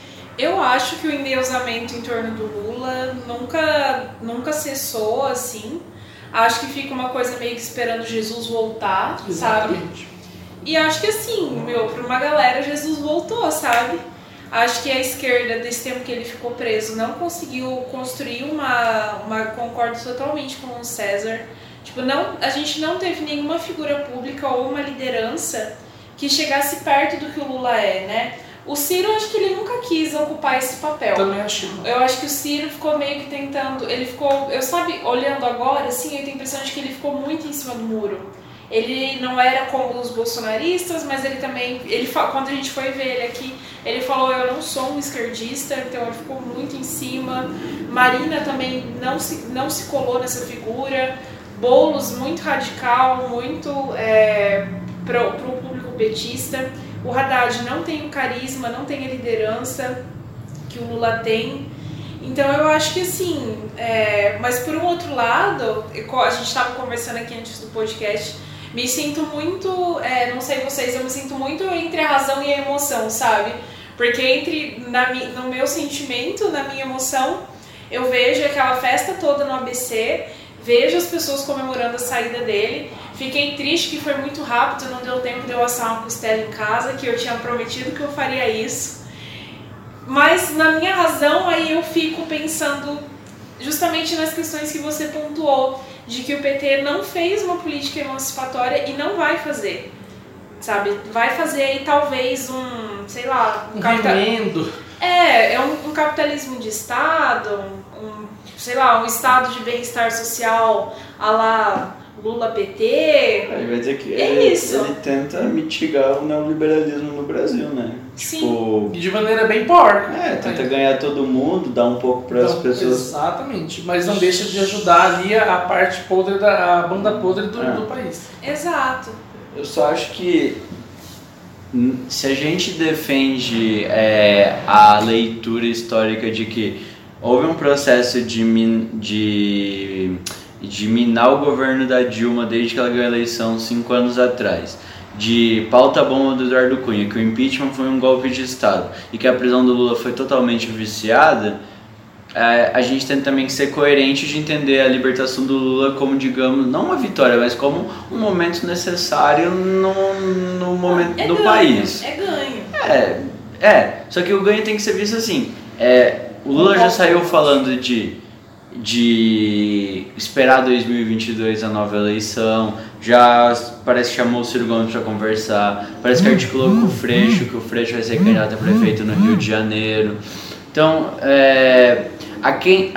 Eu acho que o endeusamento em torno do Lula nunca, nunca cessou assim. Acho que fica uma coisa meio que esperando Jesus voltar, Exatamente. sabe? E acho que assim, meu, pra uma galera Jesus voltou, sabe? Acho que a esquerda, desse tempo que ele ficou preso, não conseguiu construir uma... uma concordo totalmente com o César. Tipo, não, a gente não teve nenhuma figura pública ou uma liderança que chegasse perto do que o Lula é, né? O Ciro, acho que ele nunca quis ocupar esse papel. Também acho. Eu acho que o Ciro ficou meio que tentando... Ele ficou... Eu sabe, olhando agora, assim, eu tenho a impressão de que ele ficou muito em cima do muro. Ele não era como os bolsonaristas, mas ele também... Ele, quando a gente foi ver ele aqui, ele falou, eu não sou um esquerdista, então ele ficou muito em cima. Marina também não se, não se colou nessa figura. Boulos, muito radical, muito é, pro, pro público petista. O Haddad não tem o carisma, não tem a liderança que o Lula tem. Então eu acho que assim, é... mas por um outro lado, a gente estava conversando aqui antes do podcast, me sinto muito, é, não sei vocês, eu me sinto muito entre a razão e a emoção, sabe? Porque entre na, no meu sentimento, na minha emoção, eu vejo aquela festa toda no A B C, vejo as pessoas comemorando a saída dele. Fiquei triste que foi muito rápido, não deu tempo de eu assar uma costela em casa, que eu tinha prometido que eu faria isso. Mas na minha razão, aí eu fico pensando justamente nas questões que você pontuou, de que o P T não fez uma política emancipatória e não vai fazer, sabe? Vai fazer aí talvez um, sei lá, um, um capital... remendo. É, é um, um capitalismo de Estado, um, um, sei lá, um estado de bem-estar social à la Lula P T. Ele vai dizer que é ele, isso. ele tenta mitigar o neoliberalismo no Brasil, né? Sim. Tipo, De maneira bem porca. é, tenta ganhar todo mundo, dar um pouco para as Então, pessoas. Exatamente, mas não deixa de ajudar ali a, a parte podre, da a banda podre do, É. do país. Exato. Eu só acho que hum, se a gente defende é, a leitura histórica de que houve um processo de, min, de, de minar o governo da Dilma desde que ela ganhou a eleição cinco anos atrás, de pauta bomba do Eduardo Cunha, que o impeachment foi um golpe de Estado e que a prisão do Lula foi totalmente viciada, é, a gente tem também que ser coerente de entender a libertação do Lula como, digamos, não uma vitória, mas como um momento necessário no, no momento é do ganho, país. É ganho. É, é, só que o ganho tem que ser visto assim. É, o Lula já saiu falando de, de esperar dois mil e vinte e dois a nova eleição, já parece que chamou o Ciro Gomes para conversar, parece que articulou com o Freixo, que o Freixo vai ser candidato a prefeito no Rio de Janeiro. Então, é, a quem,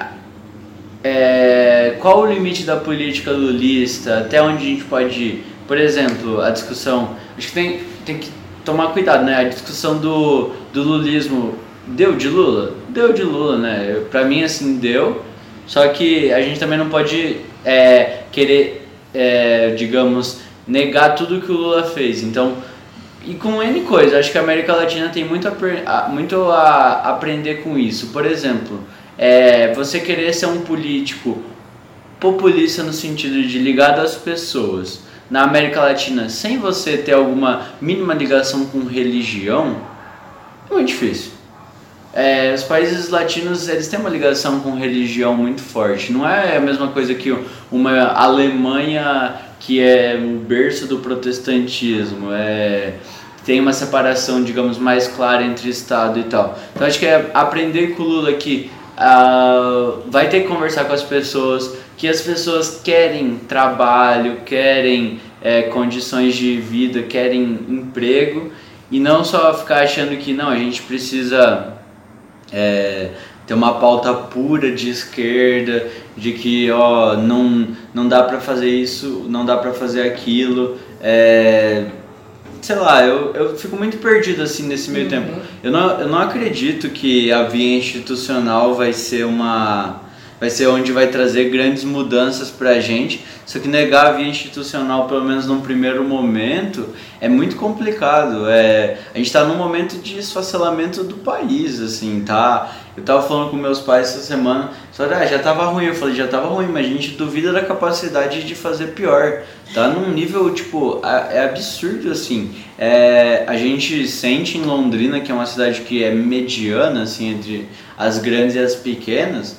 é, qual o limite da política lulista, até onde a gente pode ir? Por exemplo, a discussão, acho que tem, tem que tomar cuidado, né? A discussão do, do lulismo, deu de Lula? Deu de Lula, né? Pra mim, assim, deu, só que a gente também não pode é, querer, é, digamos, negar tudo que o Lula fez. Então, e com N coisa, acho que a América Latina tem muito a, muito a aprender com isso. Por exemplo, é, você querer ser um político populista no sentido de ligado às pessoas na América Latina sem você ter alguma mínima ligação com religião, é muito difícil. É, os países latinos, eles têm uma ligação com religião muito forte. Não é a mesma coisa que uma Alemanha que é o berço do protestantismo, é, tem uma separação, digamos, mais clara entre Estado e tal. Então acho que é aprender com o Lula que uh, vai ter que conversar com as pessoas, que as pessoas querem trabalho, querem é, condições de vida, querem emprego, e não só ficar achando que não, a gente precisa é, ter uma pauta pura de esquerda, de que ó, não, não dá pra fazer isso, não dá pra fazer aquilo, é, sei lá, eu, eu fico muito perdido assim nesse meio uhum. tempo. Eu não, eu não acredito que a via institucional vai ser uma... vai ser onde vai trazer grandes mudanças pra gente, só que negar a via institucional, pelo menos num primeiro momento, é muito complicado. É, a gente tá num momento de esfacelamento do país, assim, tá? Eu tava falando com meus pais essa semana, só ah, já tava ruim, eu falei, já tava ruim, mas a gente duvida da capacidade de fazer pior. Tá num nível, tipo, é absurdo, assim. É, a gente sente em Londrina, que é uma cidade que é mediana, assim, entre as grandes e as pequenas,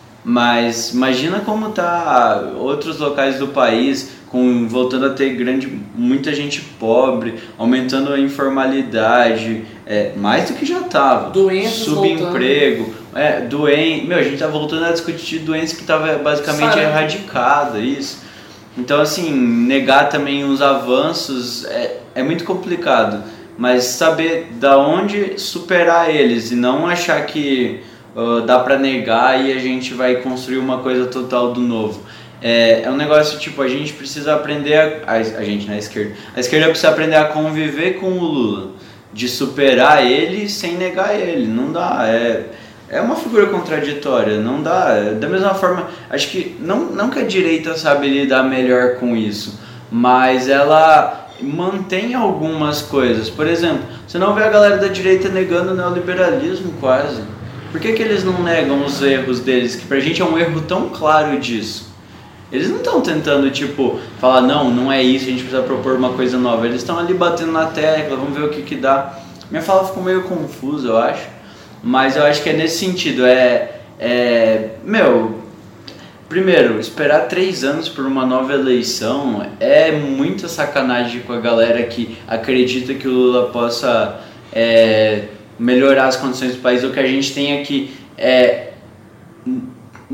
mas imagina como tá outros locais do país, com, voltando a ter grande, muita gente pobre, aumentando a informalidade, é, mais do que já estava. Doenças subemprego, é, doen... Meu, a gente tá voltando a discutir doença que estava basicamente Sabe? erradicada, isso. Então, assim, negar também os avanços é, é muito complicado, mas saber da onde superar eles e não achar que Uh, dá pra negar e a gente vai construir uma coisa total do novo. É, é um negócio tipo, a gente precisa aprender, a, a, a gente na esquerda, a esquerda precisa aprender a conviver com o Lula, de superar ele sem negar ele, não dá, é, é uma figura contraditória, não dá, é, da mesma forma, acho que não, não que a direita sabe lidar melhor com isso, mas ela mantém algumas coisas. Por exemplo, você não vê a galera da direita negando o neoliberalismo quase. Por que que eles não negam os erros deles? Que pra gente é um erro tão claro disso. Eles não estão tentando, tipo, falar, não, não é isso, a gente precisa propor uma coisa nova. Eles estão ali batendo na tecla, vamos ver o que que dá. Minha fala ficou meio confusa, eu acho. Mas eu acho que é nesse sentido, é... é meu, primeiro, esperar três anos por uma nova eleição é muita sacanagem com a galera que acredita que o Lula possa... É, melhorar as condições do país. O que a gente tem aqui é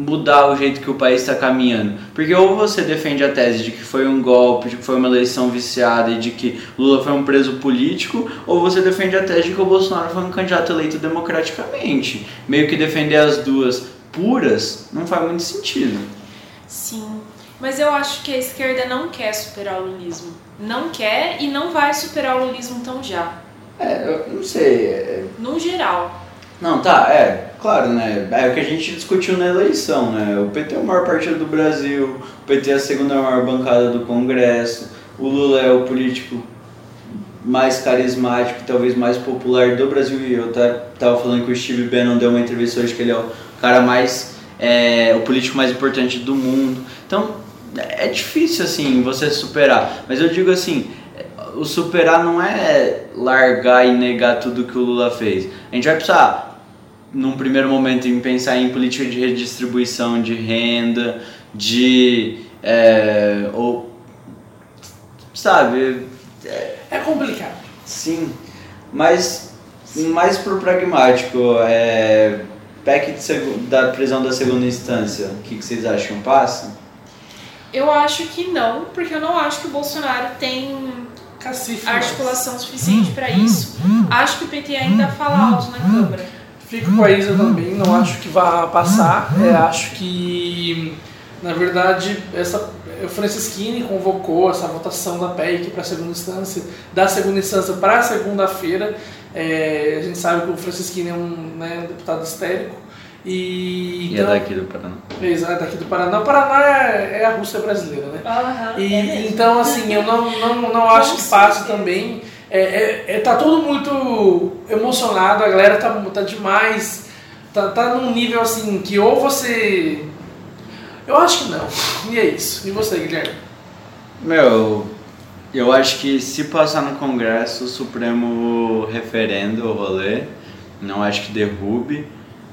mudar o jeito que o país está caminhando. Porque ou você defende a tese de que foi um golpe, de que foi uma eleição viciada e de que Lula foi um preso político, ou você defende a tese de que o Bolsonaro foi um candidato eleito democraticamente. Meio que defender as duas puras não faz muito sentido. Sim, mas eu acho que a esquerda não quer superar o lulismo. Não quer e não vai superar o lulismo tão já. É, eu não sei. É... No geral. Não, tá, é, claro, né? É o que a gente discutiu na eleição, né? O P T é o maior partido do Brasil, o P T é a segunda maior bancada do Congresso, o Lula é o político mais carismático, talvez mais popular do Brasil, e eu tava falando que o Steve Bannon deu uma entrevista hoje que ele é o cara mais, é, o político mais importante do mundo. Então, é difícil, assim, você superar, mas eu digo assim, o superar não é largar e negar tudo que o Lula fez. A gente vai precisar, num primeiro momento, em pensar em política de redistribuição de renda, de... É, ou, sabe... É, é complicado. Sim, mas mais pro pragmático, é, P E C de seg- da prisão da segunda instância, o que, que vocês acham? Passa? Eu acho que não, porque eu não acho que o Bolsonaro tem... Cacife, articulação mas... suficiente para isso. Acho que o P T ainda fala alto na Câmara. Fico com a Isa também, não acho que vá passar. É, acho que, na verdade, essa, o Francisquini convocou essa votação da P E C para a segunda instância, da segunda instância para a segunda-feira. É, a gente sabe que o Francisquini é um, né, um deputado histérico. E, E então, é daqui do Paraná. Exato, daqui do Paraná. O Paraná é, é a Rússia brasileira, né? Uhum, e, é então, assim, eu não, não, não acho que passe também. É, é, é, tá todo muito emocionado, a galera tá, tá demais. Tá, tá num nível assim que ou você. Eu acho que não. E é isso. E você, Guilherme? Meu, eu acho que se passar no Congresso, o Supremo referendo o rolê. Não acho que derrube.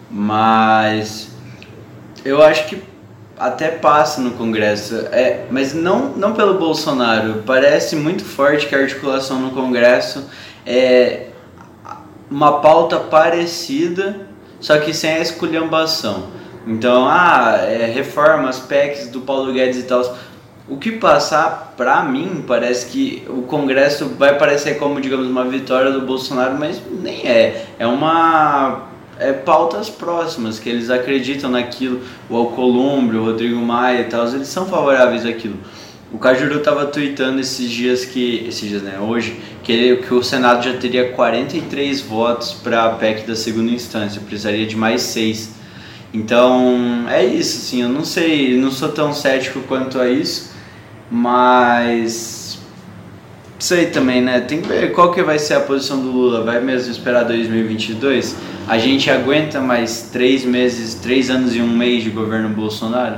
Mas eu acho que até passa no Congresso, é, mas não, não pelo Bolsonaro. Parece muito forte que a articulação no Congresso é uma pauta parecida, só que sem a esculhambação. Então, ah, é, reformas, P E Cs do Paulo Guedes e tal. O que passar, pra mim, parece que o Congresso vai parecer como, digamos, uma vitória do Bolsonaro, mas nem é. É uma... É pautas próximas, que eles acreditam naquilo. O Alcolumbre, o Rodrigo Maia e tal, eles são favoráveis àquilo. O Cajuru estava tweetando esses dias que, esses dias, né, hoje, que, ele, que o Senado já teria quarenta e três votos para a P E C da segunda instância, precisaria de mais seis. Então, é isso, assim, eu não sei, não sou tão cético quanto a isso, mas... Sei também, né? Tem que ver qual que vai ser a posição do Lula. Vai mesmo esperar dois mil e vinte e dois? A gente aguenta mais três meses, três anos e um mês de governo Bolsonaro?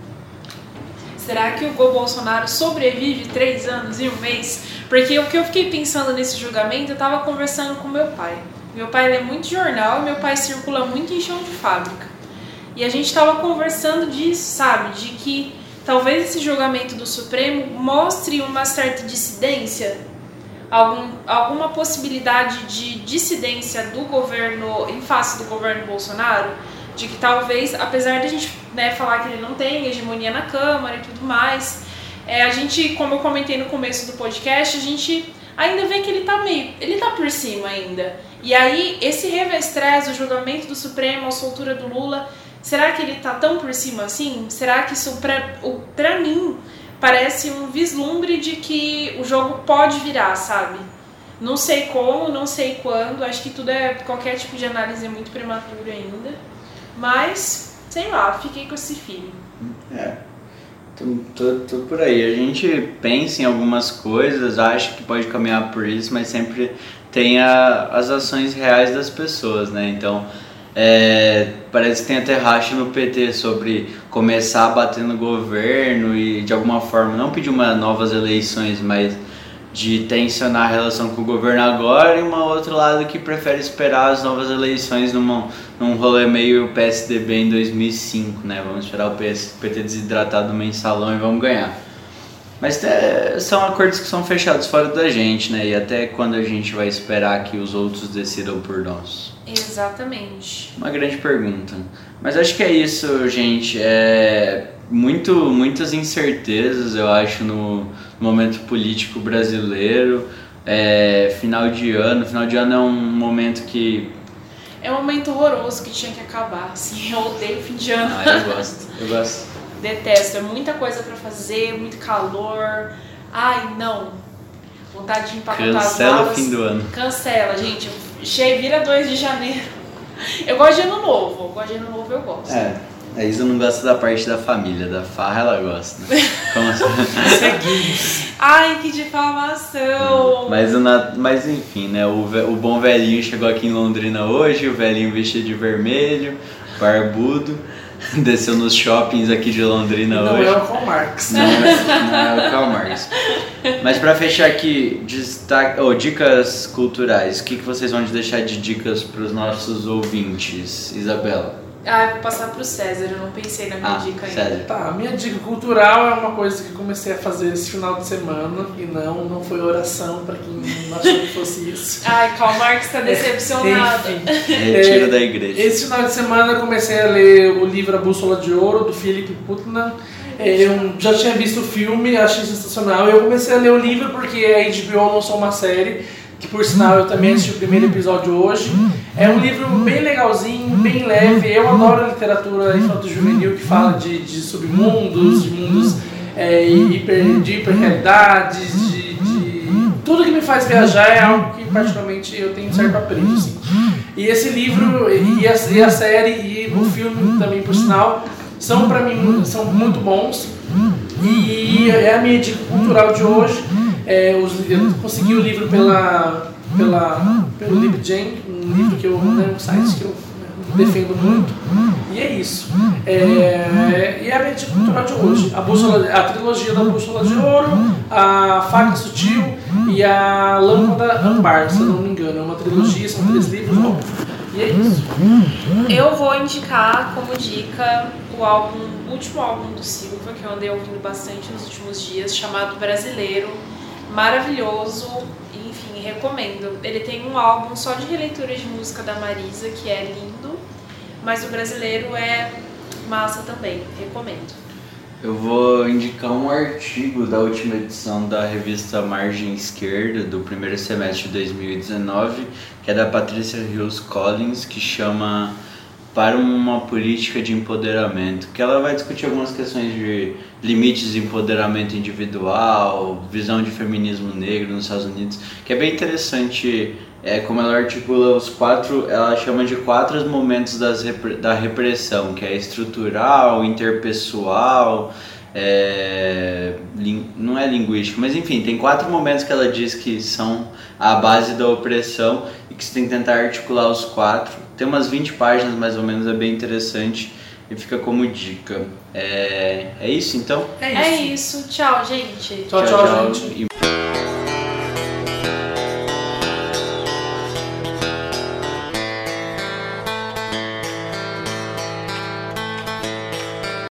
Será que o Bolsonaro sobrevive três anos e um mês? Porque o que eu fiquei pensando nesse julgamento, eu tava conversando com meu pai. Meu pai lê muito jornal e meu pai circula muito em chão de fábrica. E a gente tava conversando disso, sabe? De que talvez esse julgamento do Supremo mostre uma certa dissidência, algum, alguma possibilidade de dissidência do governo, em face do governo Bolsonaro, de que talvez, apesar de a gente, né, falar que ele não tem hegemonia na Câmara e tudo mais, é, a gente, como eu comentei no começo do podcast, a gente ainda vê que ele tá meio, ele tá por cima ainda. E aí, esse revestrez, o julgamento do Supremo, a soltura do Lula, será que ele tá tão por cima assim? Será que isso, pra, pra mim, parece um vislumbre de que o jogo pode virar, sabe? Não sei como, não sei quando, acho que tudo é, qualquer tipo de análise é muito prematuro ainda. Mas, sei lá, fiquei com esse feeling. É, tô, tô, tô por aí. A gente pensa em algumas coisas, acha que pode caminhar por isso, mas sempre tem a, as ações reais das pessoas, né? Então... É, parece que tem até racha no P T sobre começar a bater no governo e de alguma forma não pedir uma novas eleições, mas de tensionar a relação com o governo agora, e uma outro lado que prefere esperar as novas eleições numa, num rolê meio P S D B em dois mil e cinco, né? Vamos esperar o P S, P T desidratado no mensalão e vamos ganhar. Mas é, são acordos que são fechados fora da gente, né? E até quando a gente vai esperar que os outros decidam por nós? Exatamente. Uma grande pergunta. Mas acho que é isso, gente. É muito, muitas incertezas, eu acho, no, no momento político brasileiro. É, final de ano. Final de ano é um momento que... É um momento horroroso que tinha que acabar. Assim, eu odeio fim de ano. Ah, eu gosto. Eu gosto. Detesto. É muita coisa pra fazer, muito calor. Ai, não. Vontade de empacotar as malas. Cancela o fim do ano. Cancela, gente. Che- Vira dois de janeiro. Eu gosto de ano novo. Eu gosto de ano novo, eu gosto. É, a Isa não gosta da parte da família, da farra ela gosta. Como assim? Seguimos. Ai, que difamação. Mas, o nat- mas enfim, né? O, ve- o bom velhinho chegou aqui em Londrina hoje, o velhinho vestido de vermelho, barbudo, desceu nos shoppings aqui de Londrina Não hoje. é o Karl Marx. Não, é- não é o Karl Marx. Mas pra fechar aqui, destaque, oh, dicas culturais, o que, que vocês vão deixar de dicas pros nossos ouvintes, Isabela? Ah, eu vou passar pro César, eu não pensei na minha Ah, dica ainda. César. Tá, a minha dica cultural é uma coisa que eu comecei a fazer esse final de semana e não, não foi oração pra quem não achou que fosse isso. Ai, Karl Marx tá decepcionado. Enfim, Retiro É, da igreja. esse final de semana eu comecei a ler o livro A Bússola de Ouro, do Philip Putnam. É, Eu já tinha visto o filme, achei sensacional. Eu comecei a ler o livro porque a H B O lançou uma série, que por sinal eu também assisti o primeiro episódio hoje. É um livro bem legalzinho, bem leve. Eu adoro a literatura infanto-juvenil que fala de, de submundos, de mundos é, hiper, de hiperrealidades, de, de... Tudo que me faz viajar é algo que particularmente eu tenho certo apreço. Assim. E esse livro, e a, e a série, e o filme também, por sinal, são para mim são muito bons. E é a minha dica cultural de hoje. É, os, eu consegui o livro pela, pela, pelo LibGen, um livro que eu, né, um site que eu defendo muito. E é isso. É, e é a minha dica cultural de hoje. A, bússola, a trilogia da Bússola de Ouro, a Faca Sutil e a Lâmpada Âmbar, se eu não me engano. É uma trilogia, são três livros. Bom, e é isso. Eu vou indicar como dica o álbum, o último álbum do Silva, que eu andei ouvindo bastante nos últimos dias, chamado Brasileiro. Maravilhoso, enfim, recomendo. Ele tem um álbum só de releitura de música da Marisa, que é lindo, mas o Brasileiro é massa também, recomendo. Eu vou indicar um artigo da última edição da revista Margem Esquerda, do primeiro semestre de dois mil e dezenove, que é da Patrícia Hills Collins, que chama Para uma Política de Empoderamento, que ela vai discutir algumas questões de limites de empoderamento individual, visão de feminismo negro nos Estados Unidos, que é bem interessante, é, como ela articula os quatro, ela chama de quatro momentos das, da repressão, que é estrutural, interpessoal, é, ling, não é linguístico, mas enfim, tem quatro momentos que ela diz que são a base da opressão e que você tem que tentar articular os quatro. Tem umas vinte páginas mais ou menos, é bem interessante e fica como dica. É, é isso então? É isso. É isso, tchau, gente. Tchau, tchau, gente. E